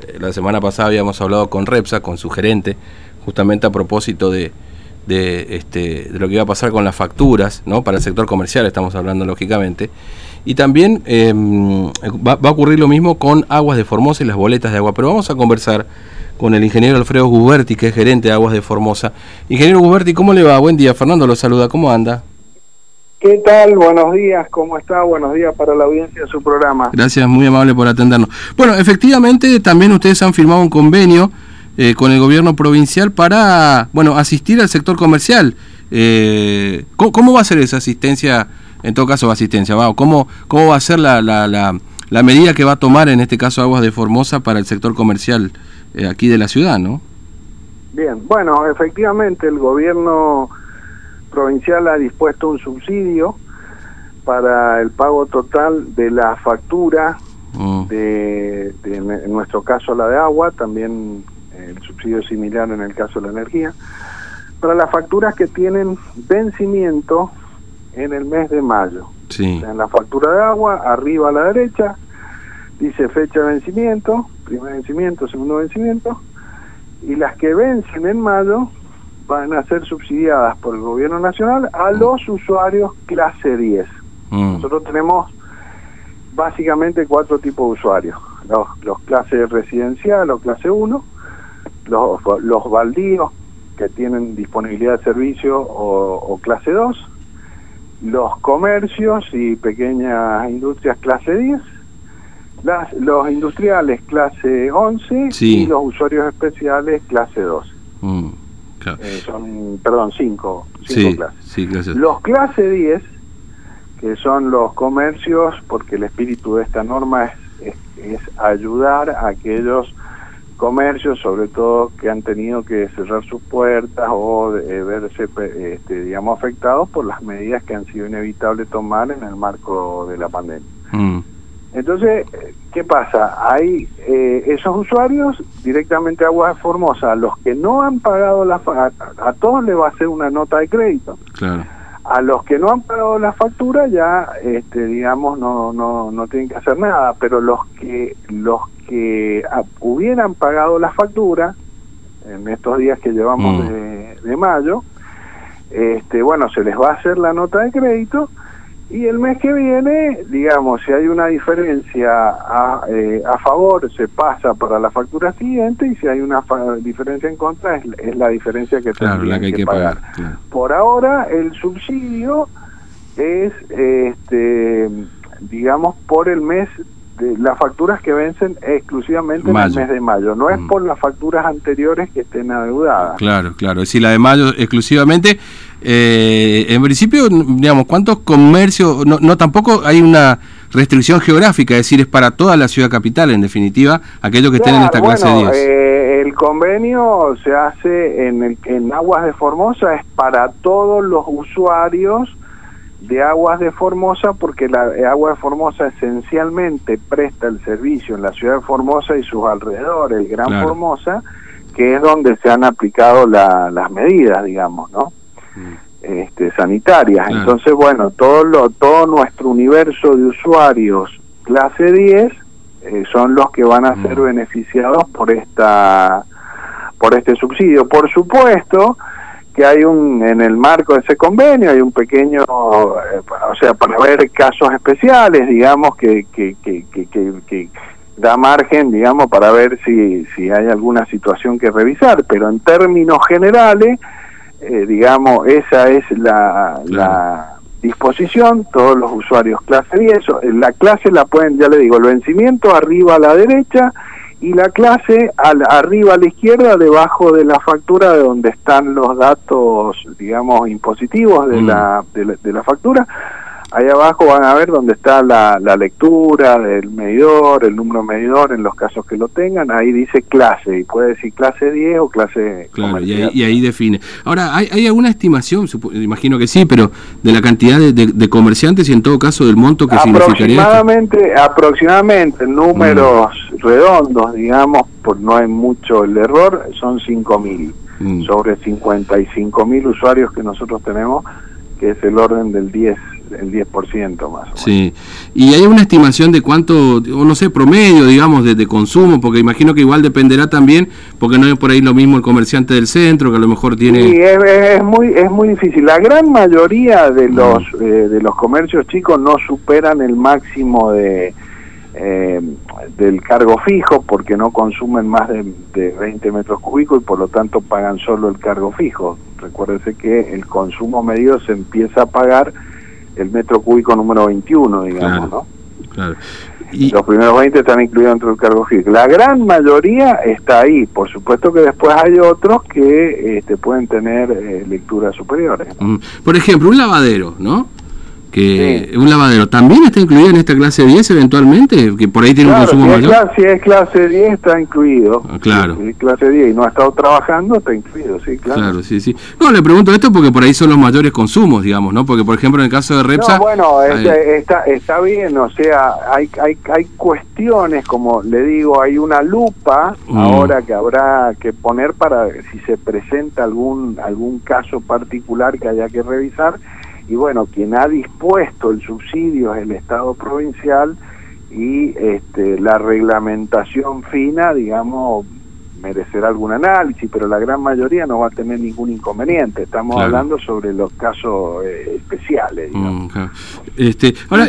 la semana pasada habíamos hablado con Repsa, con su gerente, justamente a propósito de lo que iba a pasar con las facturas, ¿no? Para el sector comercial estamos hablando, lógicamente. Y también va a ocurrir lo mismo con Aguas de Formosa y las boletas de agua. Pero vamos a conversar con el ingeniero Alfredo Guberti, que es gerente de Aguas de Formosa. Ingeniero Guberti, ¿cómo le va? Buen día, Fernando lo saluda, ¿cómo anda? ¿Qué tal? Buenos días, ¿cómo está? Buenos días para la audiencia de su programa. Gracias, muy amable por atendernos. Bueno, efectivamente, también ustedes han firmado un convenio con el gobierno provincial para, asistir al sector comercial. ¿Cómo va a ser esa asistencia? En todo caso, asistencia, ¿cómo va a ser la medida que va a tomar, en este caso, Aguas de Formosa para el sector comercial aquí de la ciudad, ¿no? Bien, bueno, efectivamente el gobierno provincial ha dispuesto un subsidio para el pago total de la factura de en nuestro caso la de agua, también el subsidio similar en el caso de la energía, para las facturas que tienen vencimiento en el mes de mayo. Sí. O sea, en la factura de agua, arriba a la derecha, dice fecha de vencimiento, primer vencimiento, segundo vencimiento, y las que vencen en mayo van a ser subsidiadas por el gobierno nacional a los usuarios clase 10. Nosotros tenemos básicamente 4 tipos de usuarios: los clase residencial o clase 1, los baldíos que tienen disponibilidad de servicio o clase 2, los comercios y pequeñas industrias clase 10, los industriales clase 11, sí, y los usuarios especiales clase 12. Claro. Son 5 sí, clases. Sí, gracias. Los clase 10, que son los comercios, porque el espíritu de esta norma es ayudar a aquellos comercios, sobre todo que han tenido que cerrar sus puertas o verse afectados por las medidas que han sido inevitables tomar en el marco de la pandemia. Entonces, ¿qué pasa? Hay esos usuarios directamente a Aguas de Formosa, los que no han pagado a todos les va a hacer una nota de crédito. Claro. A los que no han pagado la factura ya, no tienen que hacer nada, pero los que hubieran pagado la factura en estos días que llevamos de mayo, se les va a hacer la nota de crédito. Y el mes que viene, si hay una diferencia a favor, se pasa para la factura siguiente, y si hay una diferencia en contra, es la diferencia que tendrían que pagar. Claro. Por ahora, el subsidio es, por el mes, de las facturas que vencen exclusivamente en el mes de mayo. No es por las facturas anteriores que estén adeudadas. Claro. Es decir, la de mayo exclusivamente. En principio, ¿cuántos comercios? No, tampoco hay una restricción geográfica, es decir, es para toda la ciudad capital, en definitiva, aquellos que estén en esta clase 10. El convenio se hace en Aguas de Formosa, es para todos los usuarios de Aguas de Formosa, porque Aguas de Formosa esencialmente presta el servicio en la ciudad de Formosa y sus alrededores, el Gran Formosa, que es donde se han aplicado las medidas, ¿no? Sanitarias. Entonces, todo nuestro universo de usuarios clase 10 son los que van a ser beneficiados por este subsidio. Por supuesto que hay en el marco de ese convenio hay un pequeño, para ver casos especiales, que da margen, para ver si hay alguna situación que revisar, pero en términos generales, esa es la disposición. Todos los usuarios clase 10, la clase la pueden, ya le digo, el vencimiento arriba a la derecha y la clase arriba a la izquierda, debajo de la factura, de donde están los datos, impositivos de la factura. Ahí abajo van a ver dónde está la lectura del medidor, el número medidor, en los casos que lo tengan. Ahí dice clase, y puede decir clase 10 o clase comercial. Y ahí define. Ahora, ¿hay alguna estimación, imagino que sí, pero de la cantidad de comerciantes y en todo caso del monto que significaría esto? Aproximadamente, números redondos, no hay mucho el error, son 5.000. Sobre 55.000 usuarios que nosotros tenemos, que es el orden del 10 el 10% más o menos. Sí, y hay una estimación de cuánto, o no sé, promedio, digamos, de consumo, porque imagino que igual dependerá también, porque no es por ahí lo mismo el comerciante del centro, que a lo mejor tiene... Sí, es muy difícil. La gran mayoría de los comercios chicos no superan el máximo del cargo fijo, porque no consumen más de 20 metros cúbicos y por lo tanto pagan solo el cargo fijo. Recuérdese que el consumo medido se empieza a pagar el metro cúbico número 21, digamos, claro, ¿no? Claro. Y los primeros 20 están incluidos dentro del cargo fijo. La gran mayoría está ahí. Por supuesto que después hay otros que pueden tener lecturas superiores. Por ejemplo, un lavadero, ¿no? Que sí. Un lavadero también está incluido en esta clase 10 eventualmente, que por ahí tiene un consumo mayor. Si es clase 10 está incluido. Claro. Si es clase 10 y no ha estado trabajando, está incluido, sí, claro. Claro, sí. No, le pregunto esto porque por ahí son los mayores consumos, digamos, ¿no? Porque, por ejemplo, en el caso de Repsa... No, bueno, está bien, o sea, hay cuestiones, como le digo, hay una lupa ahora que habrá que poner para si se presenta algún caso particular que haya que revisar. Y bueno, quien ha dispuesto el subsidio es el Estado provincial y la reglamentación fina, digamos, merecerá algún análisis, pero la gran mayoría no va a tener ningún inconveniente. Estamos hablando sobre los casos especiales, digamos. Claro. Ahora,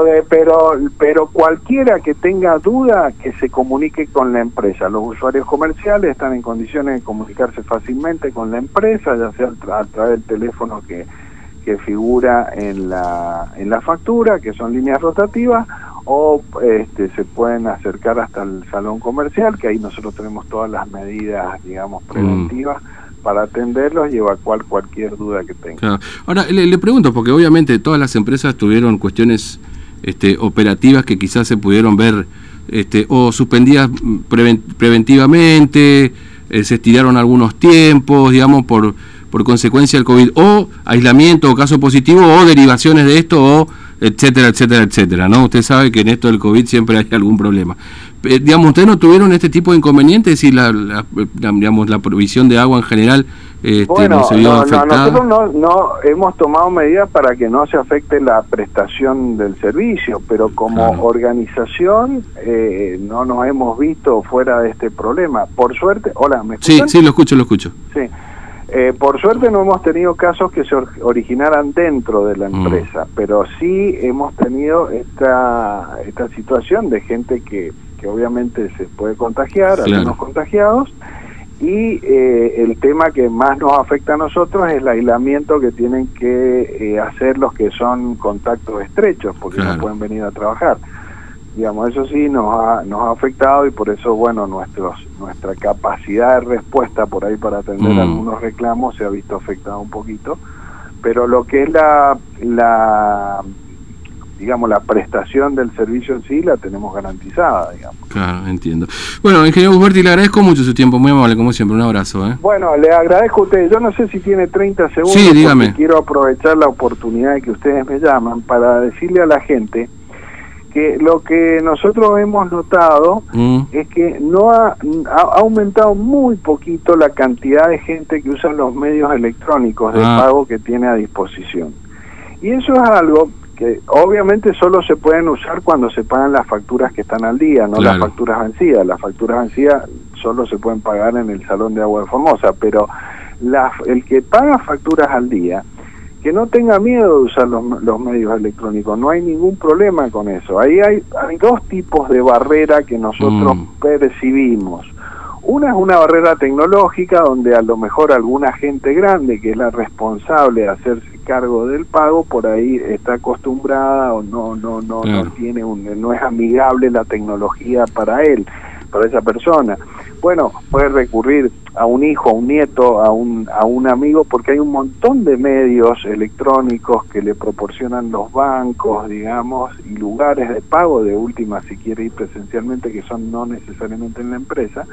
pero cualquiera que tenga duda, que se comunique con la empresa. Los usuarios comerciales están en condiciones de comunicarse fácilmente con la empresa, ya sea a través del teléfono que figura en la factura, que son líneas rotativas, o se pueden acercar hasta el salón comercial, que ahí nosotros tenemos todas las medidas, digamos, preventivas para atenderlos y evacuar cualquier duda que tengan. Claro. Ahora, le pregunto, porque obviamente todas las empresas tuvieron cuestiones operativas que quizás se pudieron ver o suspendidas preventivamente, se estiraron algunos tiempos, digamos, por consecuencia del COVID, o aislamiento, o caso positivo, o derivaciones de esto, o etcétera, ¿no? Usted sabe que en esto del COVID siempre hay algún problema. Digamos, ¿ustedes no tuvieron este tipo de inconvenientes y la provisión de agua en general no se vio afectada? Nosotros no hemos tomado medidas para que no se afecte la prestación del servicio, pero como organización no nos hemos visto fuera de este problema. Por suerte, hola, ¿me escuchan? Sí, lo escucho. Sí. Por suerte no hemos tenido casos que se originaran dentro de la empresa, pero sí hemos tenido esta situación de gente que obviamente se puede contagiar, algunos contagiados, y el tema que más nos afecta a nosotros es el aislamiento que tienen que hacer los que son contactos estrechos, porque no pueden venir a trabajar. Digamos, eso sí nos ha afectado y por eso, bueno, nuestra capacidad de respuesta por ahí para atender algunos reclamos se ha visto afectada un poquito, pero lo que es la prestación del servicio en sí la tenemos garantizada, digamos. Claro, entiendo. Bueno, ingeniero Busberti, le agradezco mucho su tiempo, muy amable, como siempre, un abrazo. Bueno, le agradezco a ustedes, yo no sé si tiene 30 segundos, sí, dígame. Porque quiero aprovechar la oportunidad de que ustedes me llaman para decirle a la gente que lo que nosotros hemos notado es que no ha aumentado muy poquito la cantidad de gente que usa los medios electrónicos de pago que tiene a disposición. Y eso es algo que obviamente solo se pueden usar cuando se pagan las facturas que están al día, no las facturas vencidas. Las facturas vencidas solo se pueden pagar en el Salón de Agua de Formosa, pero el que paga facturas al día, que no tenga miedo de usar los medios electrónicos, no hay ningún problema con eso. Ahí hay dos tipos de barrera que nosotros percibimos. Una es una barrera tecnológica, donde a lo mejor alguna gente grande, que es la responsable de hacerse cargo del pago, por ahí está acostumbrada o no tiene no es amigable la tecnología para esa persona. Bueno, puede recurrir a un hijo, a un nieto, a un amigo, porque hay un montón de medios electrónicos que le proporcionan los bancos, digamos, y lugares de pago, de última si quiere ir presencialmente, que son no necesariamente en la empresa,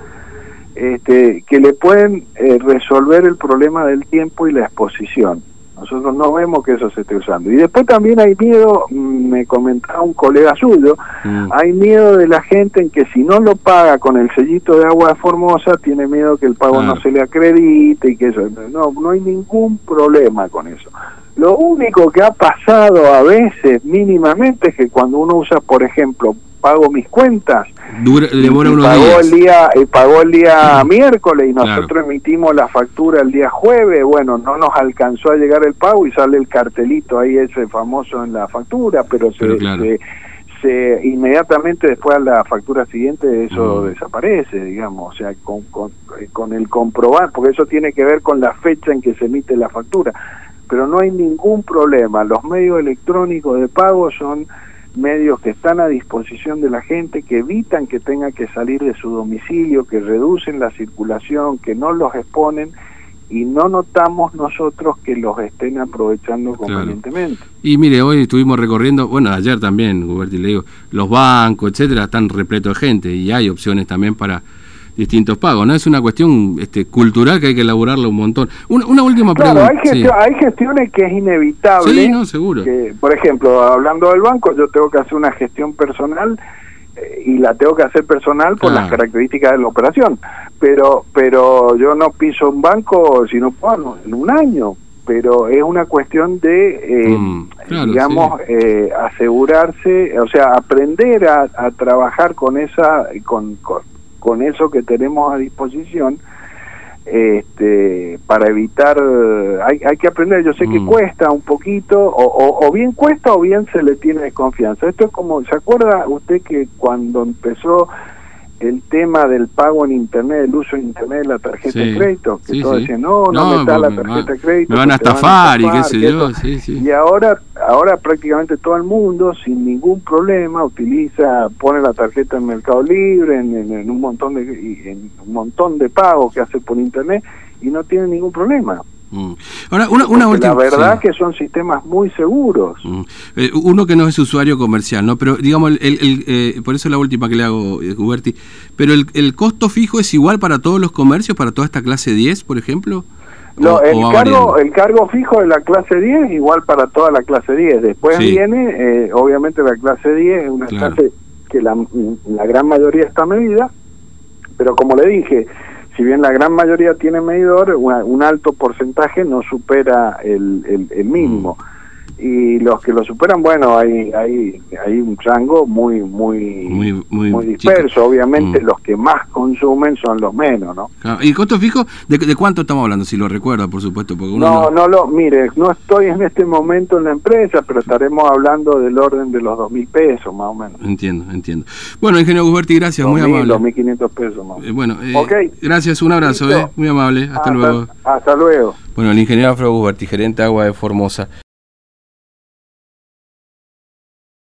que le pueden resolver el problema del tiempo y la exposición. Nosotros no vemos que eso se esté usando. Y después también hay miedo, me comentaba un colega suyo, hay miedo de la gente en que si no lo paga con el sellito de Agua de Formosa, tiene miedo que el pago no se le acredite y que eso. No hay ningún problema con eso. Lo único que ha pasado a veces mínimamente es que cuando uno usa, por ejemplo, pago mis cuentas, demora unos días. Pagó el día miércoles y nosotros emitimos la factura el día jueves, bueno, no nos alcanzó a llegar el pago y sale el cartelito ahí ese famoso en la factura, pero se inmediatamente después a la factura siguiente eso desaparece, digamos, o sea, con el comprobante, porque eso tiene que ver con la fecha en que se emite la factura, pero no hay ningún problema. Los medios electrónicos de pago son medios que están a disposición de la gente, que evitan que tenga que salir de su domicilio, que reducen la circulación, que no los exponen, y no notamos nosotros que los estén aprovechando convenientemente. Y mire, hoy estuvimos recorriendo, bueno, ayer también, Guberti, le digo, los bancos, etcétera, están repletos de gente y hay opciones también para distintos pagos, ¿no? Es una cuestión cultural que hay que elaborarla un montón. Una última pregunta. Hay gestiones que es inevitable. Sí, no, seguro. Que, por ejemplo, hablando del banco, yo tengo que hacer una gestión personal y la tengo que hacer personal por las características de la operación. Pero yo no piso un banco si no puedo en un año. Pero es una cuestión de, digamos, asegurarse, o sea, aprender a trabajar con con eso que tenemos a disposición, para evitar, hay que aprender. Yo sé que cuesta un poquito, o bien cuesta o bien se le tiene desconfianza. Esto es como, ¿se acuerda usted que cuando empezó el tema del pago en internet, el uso de internet de la tarjeta de crédito, que todos decían, no me está la tarjeta de crédito, me van a estafar y qué sé yo, y ahora prácticamente todo el mundo sin ningún problema pone la tarjeta en Mercado Libre, en un montón de pagos que hace por internet y no tiene ningún problema. Ahora, una última, la verdad que son sistemas muy seguros. Uno que no es usuario comercial, ¿no? Pero digamos, por eso la última que le hago, Guberti, pero el costo fijo es igual para todos los comercios, para toda esta clase 10, por ejemplo. No, el cargo fijo de la clase 10 es igual para toda la clase 10. Después viene, obviamente la clase 10 es una clase que la gran mayoría está medida, pero como le dije, si bien la gran mayoría tiene medidor, un alto porcentaje no supera el mínimo. Y los que lo superan, bueno, hay un rango muy disperso. Chico. Obviamente los que más consumen son los menos, ¿no? Claro. ¿Y el costo fijo de cuánto estamos hablando? Si lo recuerda, por supuesto. Porque mire, no estoy en este momento en la empresa, pero estaremos hablando del orden de los 2.000 pesos, más o menos. Entiendo. Bueno, ingeniero Guberti, gracias, muy amable. 2.500 pesos, más o menos. Gracias, un abrazo, muy amable, hasta luego. Hasta luego. Bueno, el ingeniero Alfredo Guberti, gerente de Agua de Formosa.